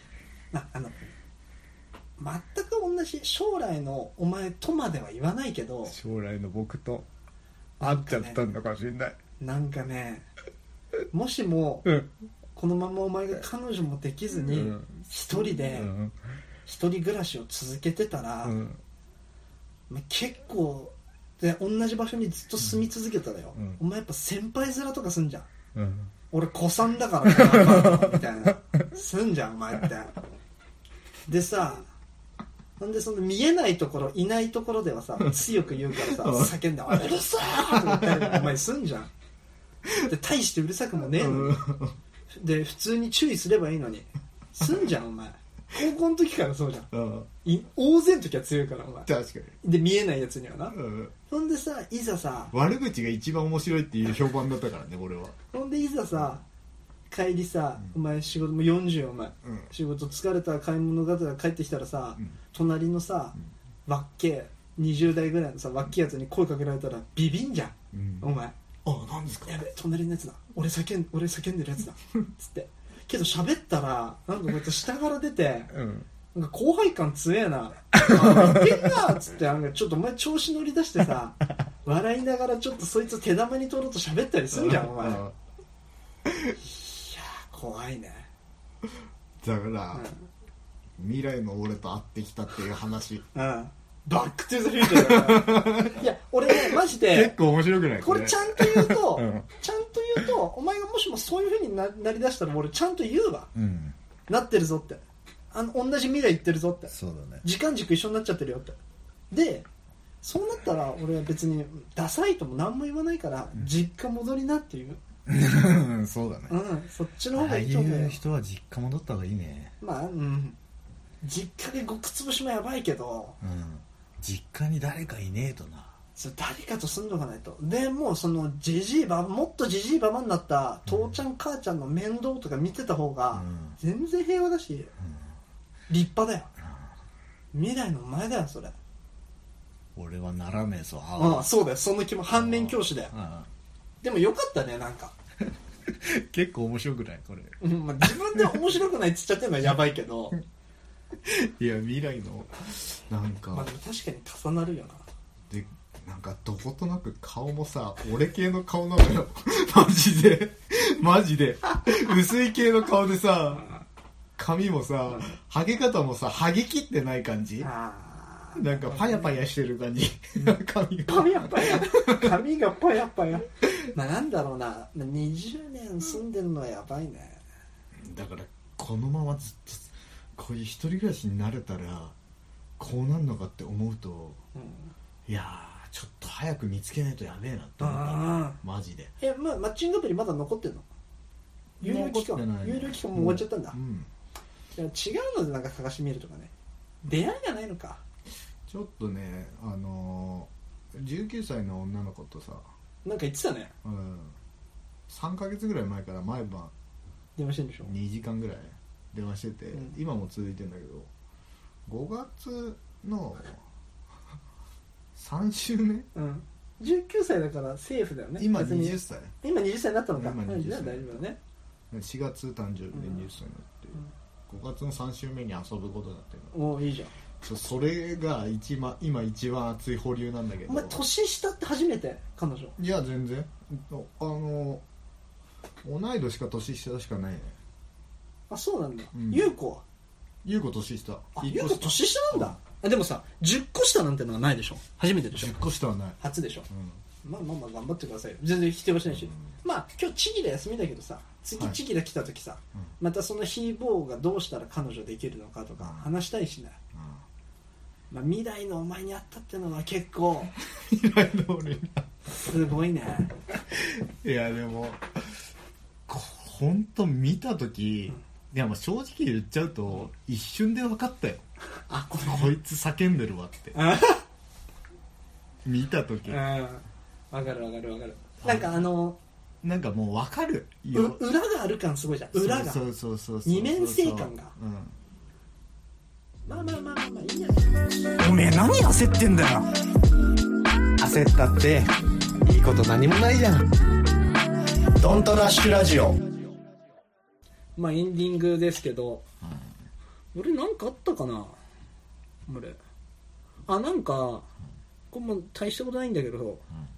全く同じ将来のお前とまでは言わないけど、 将来の僕と会っちゃったんだかもしれない。 なんかね、もしも、このままお前が彼女もできずに一人で一人暮らしを続けてたら、結構で同じ場所にずっと住み続けたらよ、お前やっぱ先輩面とかすんじゃん、俺子さんだからみたいなすんじゃんお前って。でさ、なんでその見えないところいないところではさ強く言うからさ叫んで「うるさー!」とか言ったりお前すんじゃん。で大してうるさくもねえのに、で普通に注意すればいいのにすんじゃんお前。高校の時からそうじゃん、大勢の時は強いからお前。 確かに。 で見えないやつにはな、ほんでさいざさ悪口が一番面白いっていう評判だったからね俺は。 ほんでいざさ帰りさ、お前仕事も40お前、仕事疲れた買い物がてら帰ってきたらさ、隣のさ、わっけ20代ぐらいのさわっけやつに声かけられたらビビんじゃん、お前。 何ですか。 やべ隣のやつだ、俺叫んでるやつだつってけど喋ったらなんかこうやって下から出て、なんか後輩感強えな言ってんなっつってなんかちょっとお前調子乗り出してさ笑いながらちょっとそいつ手玉に取ろうと喋ったりするじゃんお前。いや怖いね。 だから、未来の俺と会ってきたっていう話、 バックトゥザフューチャーだからいや俺ねマジで結構面白くないこれちゃんと言うと、ちゃんと言うとお前がもしもそういう風に なりだしたら俺ちゃんと言うわ、なってるぞって、同じ未来行ってるぞって。 そうだね。 時間軸一緒になっちゃってるよって。でそうなったら俺は別にダサいとも何も言わないから、実家戻りなっていうそうだね、 そっちの方がいいと思うよ。 ああいう人は実家戻った方がいいね。 まあ実家で極つぶしもやばいけど、 実家に誰かいねえとな。 それ誰かと住んどかないと。でもうそのもっとジジイババになった父ちゃん母ちゃんの面倒とか見てた方が全然平和だし、立派だよ、未来のお前だよそれ。 俺はならねえぞ。 そうだよ、その気も反面教師だよ。でもよかったねなんか結構面白くないこれ、 自分で面白くないっつっちゃってるのはやばいけどいや未来のなんか、 でも確かに重なるよな。 でなんかどことなく顔もさ俺系の顔なのよマジで薄い系の顔でさ髪もさ、ハゲ方もさ、ハゲ切ってない感じ、なんかパヤパヤしてる感じ、髪がパヤパヤ髪がパヤパヤまあなんだろうな、20年住んでんのはやばいね。 だからこのままずっとこういう一人暮らしになれたらこうなんのかって思うと、いやーちょっと早く見つけないとやべえなって思ったマジで。 マッチングアプリまだ残ってんの？有料期間も終わっちゃったんだ。違うのでなんか探してみるとかね。出会いがないのか。 ちょっとね、19歳の女の子とさ、 なんか言ってたね、 3ヶ月ぐらい前から毎晩電話してんでしょ。 2時間ぐらい電話してて、今も続いてんだけど、5月の3週目、 19歳だからセーフだよね。 今20歳今20歳になったのか。 今20歳大丈夫だね。 4月誕生日で20歳になって、5月の3週目に遊ぶことになってるの。おー、いいじゃん。 それが今一番熱い保留なんだけど。 お前年下って初めて？彼女？ いや全然同い年か年下しかないね。 あ、そうなんだ。優子は？ 優子年下。 優子年下なんだ。でもさ、10個下なんてのはないでしょ。初めてでしょ。 10個下はない。 初でしょ。まあ頑張ってくださいよ。全然否定はしないし、まあ今日チギラ休みだけどさ、次チギラ来た時さ、またそのヒーボーがどうしたら彼女できるのかとか話したいしね。まあ、未来のお前に会ったってのは結構未来の俺にすごいね。 いやでも本当見た時、いやもう正直言っちゃうと一瞬で分かったよ。こいつ叫んでるわって見た時。 分かる。なんかなんかもう分かる裏がある感すごいじゃん。裏がそう二面性感が。まあいいんじゃない。 おめえ何焦ってんだよ。焦ったっていいこと何もないじゃん。ドントラッシュラジオ。 まあエンディングですけど、俺なんかあったかな。俺なんかこれも大したことないんだけど、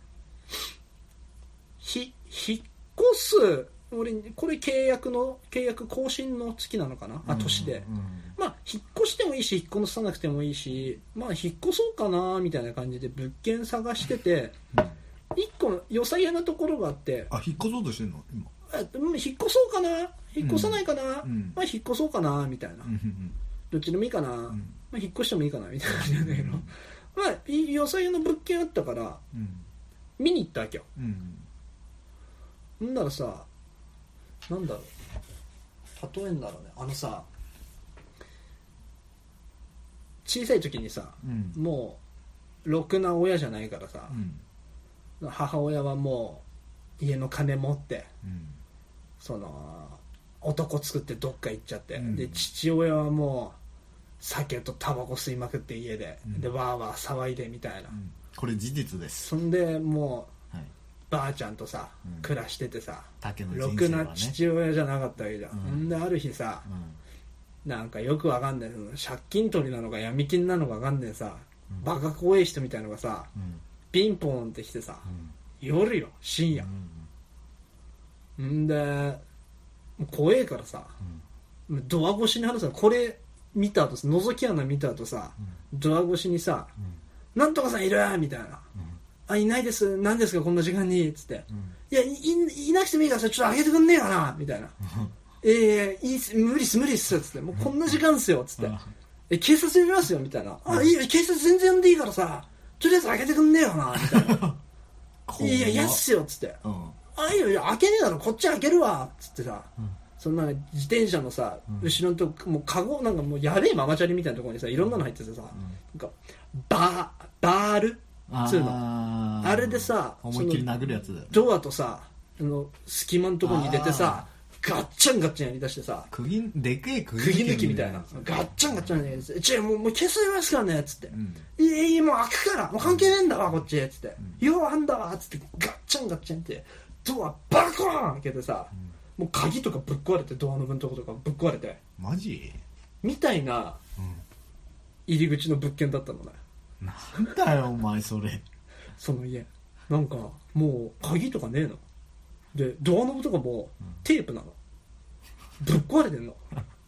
引っ越す、俺これ契約更新の月なのかな、年で、まあ引っ越してもいいし引っ越さなくてもいいし、まあ引っ越そうかなみたいな感じで物件探してて、一個の良さげなところがあって。 引っ越そうとしてんの今。 引っ越そうかな、引っ越さないかな、まあ引っ越そうかなみたいな、どっちでもいいかな、まあ引っ越してもいいかなみたいな感じなんだけど、まあ良さげな物件あったから、見に行ったわけよ。んならさ、なんだろう、例えんだろうね、さ小さい時にさ、もうろくな親じゃないからさ、母親はもう家の金持って、その男作ってどっか行っちゃって、で父親はもう酒とタバコ吸いまくって家で、でわーわー騒いでみたいな、 これ事実です。 そんでもう、ばあちゃんとさ、暮らしててさ、ろくな父親じゃなかったわけじゃん。である日さ、なんかよくわかんない借金取りなのか闇金なのかわかんないさ、バカ怖い人みたいのがさ、ピンポンって来てさ、夜よ深夜、んで怖えからさ、ドア越しに話すの、これ見た後、覗き穴見た後さ、ドア越しにさ、なんとかさんいるみたいな、いないです、何ですかこんな時間につって、いや いなくてもいいからさ、ちょっと開けてくんねえかなみたいな、いいっす、無理っすつって、もうこんな時間っすよつって、警察呼びますよみたいな、いいよ警察全然呼んでいいからさ、とりあえず開けてくんねえかなみたいないや嫌っすよつって、いいよ開けねえだろこっち開けるわつってさ、そんな自転車のさ、後ろのとこもうカゴなんかもうやべえママチャリみたいなところにさ、いろんなの入っててさ、なんかバールつうの、あれでさ、 思いっきり殴るやつだよ。 ドアとさ、隙間のところに入れてさ、ガッチャンガッチャンやりだしてさ、 でけえ釘抜きみたいな、ガッチャンガッチャンやりだして、もう消されますからねっつって、いやもう開くからもう関係ねえんだわこっちっつって、ようあんだわっつってガッチャンガッチャンってドアバコーン開けてさ、もう鍵とかぶっ壊れて、ドアノブのとことかぶっ壊れて、 マジみたいな入り口の物件だったのね。 なんだよお前それ。 その家なんかもう鍵とかねえので、ドアノブとかもテープなの、ぶっ壊れてんの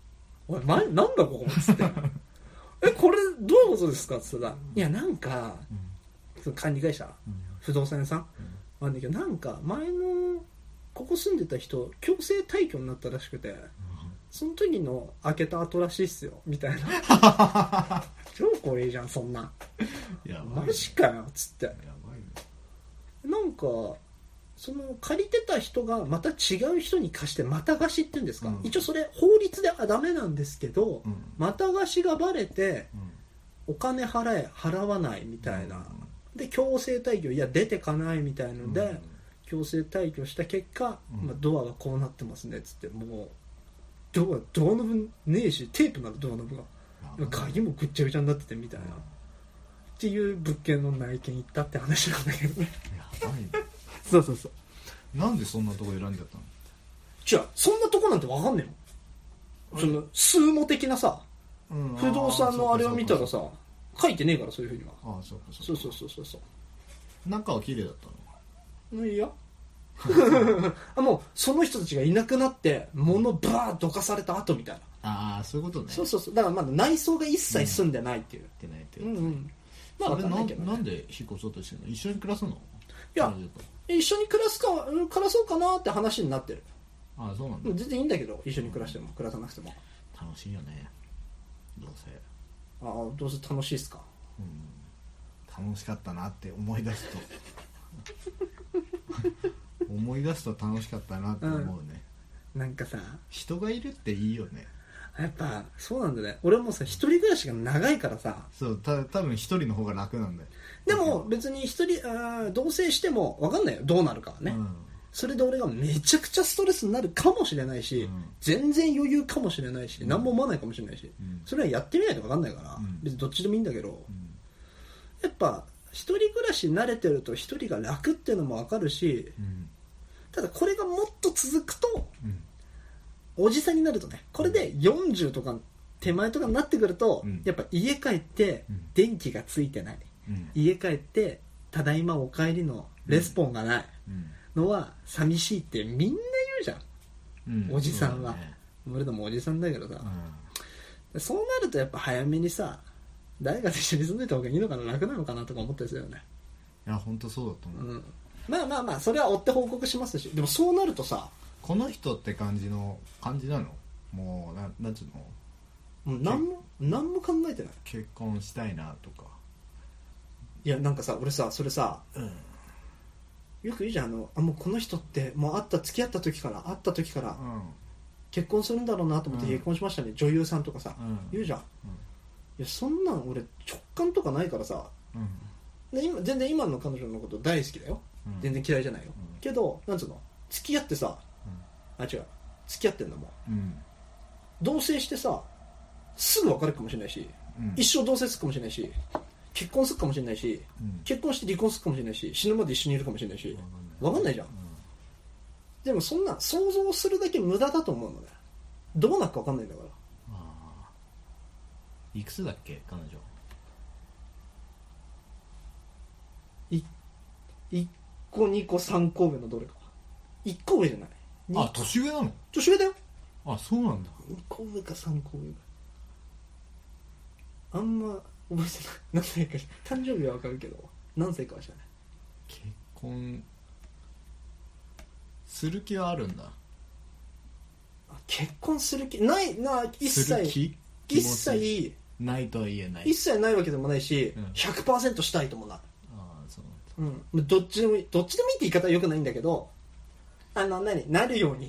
おいなんだここっつってこれどういうことですかっつったら、いやなんか、管理会社、不動産屋さん、あんだけどなんか前のここ住んでた人強制退去になったらしくて、その時の開けた後らしいっすよみたいな超怖いじゃんそんなマジかよっつって、なんかその借りてた人がまた違う人に貸してまた貸しって言うんですか、一応それ法律ではダメなんですけど、また貸しがバレて、お金払わないみたいな、で強制退去いや出てかないみたいので、強制退去した結果、ドアがこうなってますねっつって、もうドアノブねえし、テープなのドアノブが鍵もぐっちゃぐちゃになっててみたいな、っていう物件の内見行ったって話なんだけどね。やばいねそうなんでそんなとこ選んじゃったの？ じゃあそんなとこなんて分かんねえもん。その数模的なさ、不動産のあれを見たらさ書いてねえから、そういうふうには。 ああそうそう中は綺麗だったの？ いやもうその人たちがいなくなって物バーッどかされた後みたいな。 ああそういうことね。 そうだからまだ内装が一切済んでないっていう、 まあ分かんないけどね。なんで引っ越そうとしてるの？一緒に暮らすの？ いや一緒に暮らそうかなって話になってる。 ああそうなんだ。 全然いいんだけど、一緒に暮らしても暮らさなくても楽しいよね、どうせ。 ああどうせ楽しいっすか？ 楽しかったなって思い出すと思い出すと楽しかったなって思うね、 なんかさ人がいるっていいよね。 やっぱそうなんだね。俺もさ一人暮らしが長いからさ、 そう多分一人の方が楽なんだよ。 でも別に一人同棲しても分かんないよ、どうなるかはね、それで俺がめちゃくちゃストレスになるかもしれないし、全然余裕かもしれないし、何も思わないかもしれないし、それはやってみないと分かんないから、別にどっちでもいいんだけど、やっぱ一人暮らし慣れてると一人が楽っていうのも分かるし、ただこれがもっと続くと、おじさんになるとね、これで40とか手前とかになってくると、やっぱ家帰って電気がついてない、家帰ってただいまお帰りのレスポンがないのは寂しいってみんな言うじゃん、おじさんは。俺でもおじさんだけどさ、そうなるとやっぱ早めにさ誰かと一緒に住んでた方がいいのかな、楽なのかなとか思ったりするよね。 いや本当そうだと思う、 まあそれは追って報告しますし、でもそうなるとさ、 この人って感じなの？もうなんつうの、 何も考えてない。 結婚したいなとか。 いやなんかさ俺さそれさ、よく言うじゃん、もうこの人ってもう付き合った時から結婚するんだろうなと思って結婚しましたね、女優さんとかさ、言うじゃん、いやそんなん俺直感とかないからさ、で全然今の彼女のこと大好きだよ、全然嫌いじゃないよ、けどなんつうの、付き合ってさ、付き合ってんのも、同棲してさすぐ別れるかもしれないし、一生同棲するかもしれないし、結婚するかもしれないし、結婚して離婚するかもしれないし、死ぬまで一緒にいるかもしれないし、分かんないじゃん、でもそんな想像するだけ無駄だと思うのね。どうなるか分かんないんだから。 いくつだっけ彼女？ 1個2個3個上のどれか。1個上じゃない。 あ、年上なの？ 年上だよ。 あ、そうなんだ。 2個上か3個上か。あんま覚えてない。何歳か誕生日は分かるけど何歳かは知らない。 結婚する気はあるんだ。 結婚する気ないな。一切ないとは言えない。 一切ないわけでもないし、100% したいともない。どっちでもいいって言い方はよくないんだけど、なるように、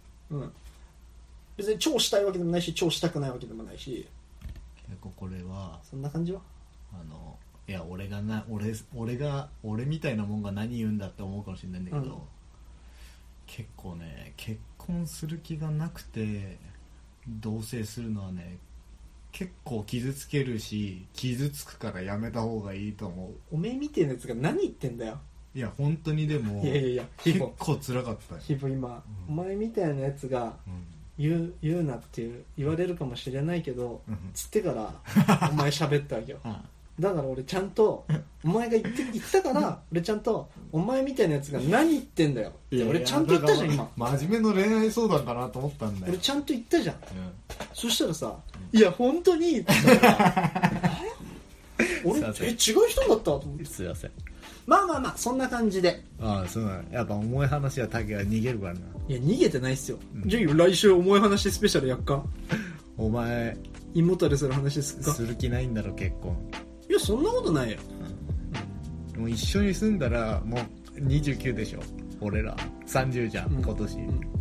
別に超したいわけでもないし超したくないわけでもないし、 結構これはそんな感じは、 いや俺みたいなもんが何言うんだって思うかもしれないんだけど、結構ね結婚する気がなくて同棲するのはね結構傷つけるし、傷つくからやめた方がいいと思う。 おめえみてえなやつが何言ってんだよ。 いや本当にでもいや結構辛かったよ。 ヒボ今、お前みたいなやつが言うなって言われるかもしれないけど、つってからお前喋ったわけよ。 だから俺ちゃんとお前が言ったから俺ちゃんとお前みたいなやつが何言ってんだよって俺ちゃんと言ったじゃん今。 真面目の恋愛相談かなと思ったんだよ。 俺ちゃんと言ったじゃん、そしたらさ、いや本当にって言ったら俺違う人だったと思って。 すいません。 まあそんな感じで。 ああそうなの。やっぱ重い話はタケが逃げるからな。 いや逃げてないっすよ、じゃあ来週重い話スペシャルやっか。 お前胃もたれする話すっか。 する気ないんだろ結婚。 いやそんなことないよ、 もう一緒に住んだらもう29でしょ俺ら30じゃん、今年、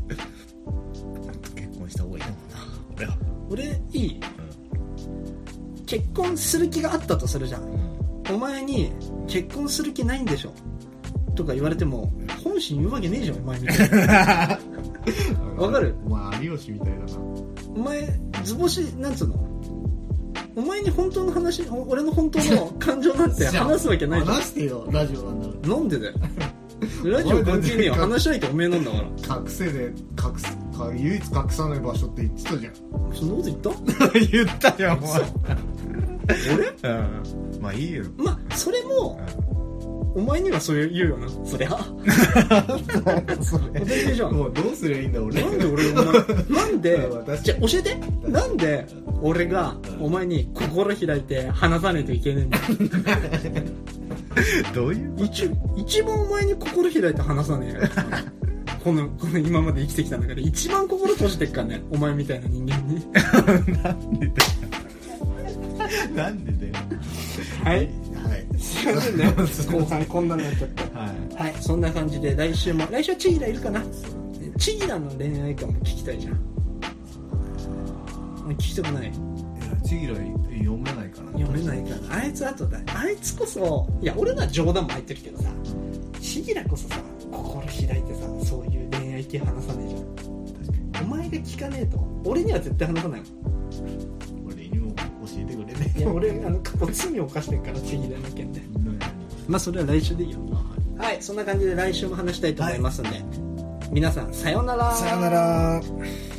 結婚した方がいいのかな俺いい、結婚する気があったとするじゃん、お前に結婚する気ないんでしょとか言われても本心言うわけねえじゃんお前みたいなわかる？ お前有吉みたいだな。 お前図星なんつうの、お前に本当の話、俺の本当の感情なんて話すわけないじゃん。 話してよラジオなんだから。 なんでだよラジオ関係ねえよ、話し相手おめえなんだから。 隠せで唯一隠さない場所って言ってたじゃん。 そんなこと言った言ったじゃんお前俺、 まあいいよ。 まあそれも、お前にはそう言うよなそりゃそれ当たり前じゃん。もうどうすりゃいいんだ俺。 なんで俺なんでじゃあ教えて、なんで俺がお前に心開いて話さないといけねえんだどういう一番お前に心開いて話さねえよこの今まで生きてきた中で一番心閉じてっからねお前みたいな人間になんでだよなんでだよ。 はいすいませんね後半こんなになっちゃったはい、そんな感じで来週はチギラいるかな。チギラの恋愛観も聞きたいじゃん。聞きたくない？いやチギラ読めないかな。 読めないかな。あいつあとだ、あいつこそ、いや俺のは冗談も入ってるけどさ、チギラこそさ心開いてさそういう恋愛系話さねえじゃん。確かにお前が聞かねえと俺には絶対話さないもん。 俺にも教えてくれねえ。 いや俺過去罪を犯してるからチギラの件で。まあそれは来週でいいよ。はい、そんな感じで来週も話したいと思いますんで、皆さんさようなら。 さようなら。